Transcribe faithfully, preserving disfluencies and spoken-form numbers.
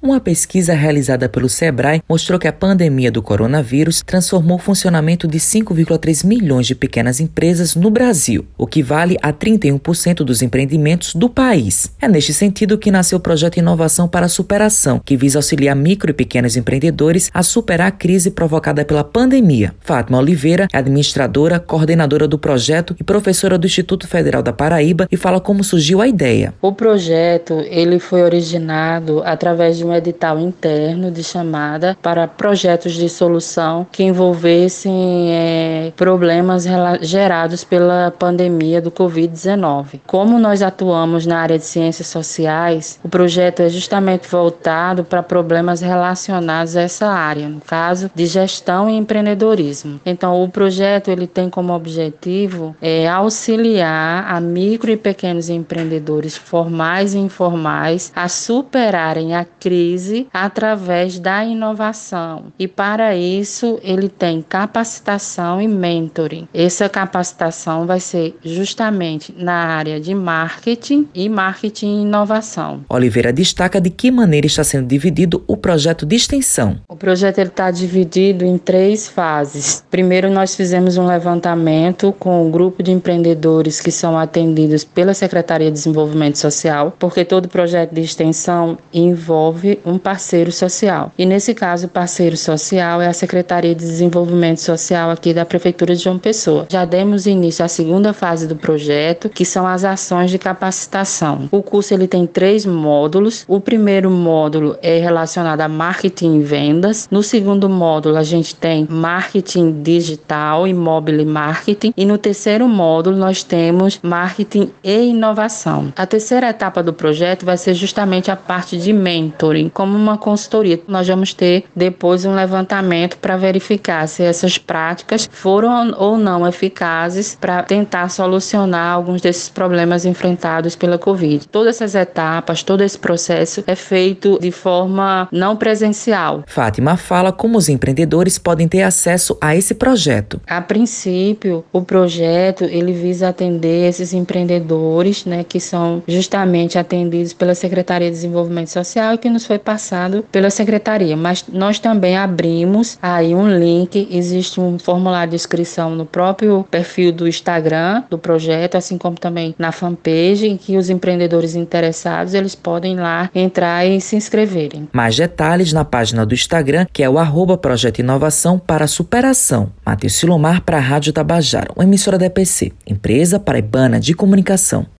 Uma pesquisa realizada pelo Sebrae mostrou que a pandemia do coronavírus transformou o funcionamento de cinco vírgula três milhões de pequenas empresas no Brasil, o que vale a trinta e um por cento dos empreendimentos do país. É neste sentido que nasceu o projeto Inovação para a Superação, que visa auxiliar micro e pequenos empreendedores a superar a crise provocada pela pandemia. Fátima Oliveira é administradora, coordenadora do projeto e professora do Instituto Federal da Paraíba e fala como surgiu a ideia. O projeto ele foi originado através de um edital interno de chamada para projetos de solução que envolvessem é, problemas gerados pela pandemia do covid dezenove. Como nós atuamos na área de ciências sociais, o projeto é justamente voltado para problemas relacionados a essa área, no caso de gestão e empreendedorismo. Então, o projeto ele tem como objetivo é, auxiliar a micro e pequenos empreendedores formais e informais a superarem a crise através da inovação. E para isso ele tem capacitação e mentoring. Essa capacitação vai ser justamente na área de marketing e marketing e inovação. Oliveira destaca de que maneira está sendo dividido o projeto de extensão. O projeto está dividido em três fases. Primeiro, nós fizemos um levantamento com um grupo de empreendedores que são atendidos pela Secretaria de Desenvolvimento Social, porque todo projeto de extensão envolve um parceiro social. E nesse caso, o parceiro social é a Secretaria de Desenvolvimento Social aqui da Prefeitura de João Pessoa. Já demos início à segunda fase do projeto, que são as ações de capacitação. O curso ele tem três módulos. O primeiro módulo é relacionado a marketing e vendas. No segundo módulo, a gente tem marketing digital e mobile marketing. E no terceiro módulo, nós temos marketing e inovação. A terceira etapa do projeto vai ser justamente a parte de mentoring, como uma consultoria. Nós vamos ter depois um levantamento para verificar se essas práticas foram ou não eficazes para tentar solucionar alguns desses problemas enfrentados pela Covid. Todas essas etapas, todo esse processo é feito de forma não presencial. Fátima fala como os empreendedores podem ter acesso a esse projeto. A princípio, o projeto ele visa atender esses empreendedores, né, que são justamente atendidos pela Secretaria de Desenvolvimento Social e que nos foi passado pela Secretaria. Mas nós também abrimos aí um link, existe um formulário de inscrição no próprio perfil do Instagram do projeto, assim como também na fanpage, em que os empreendedores interessados eles podem lá entrar e se inscreverem. Mais detalhes na página do Instagram, que é o arroba Projeto Inovação para a Superação. Matheus Silomar para a Rádio Tabajara, uma emissora da E P C, Empresa Paraibana de Comunicação.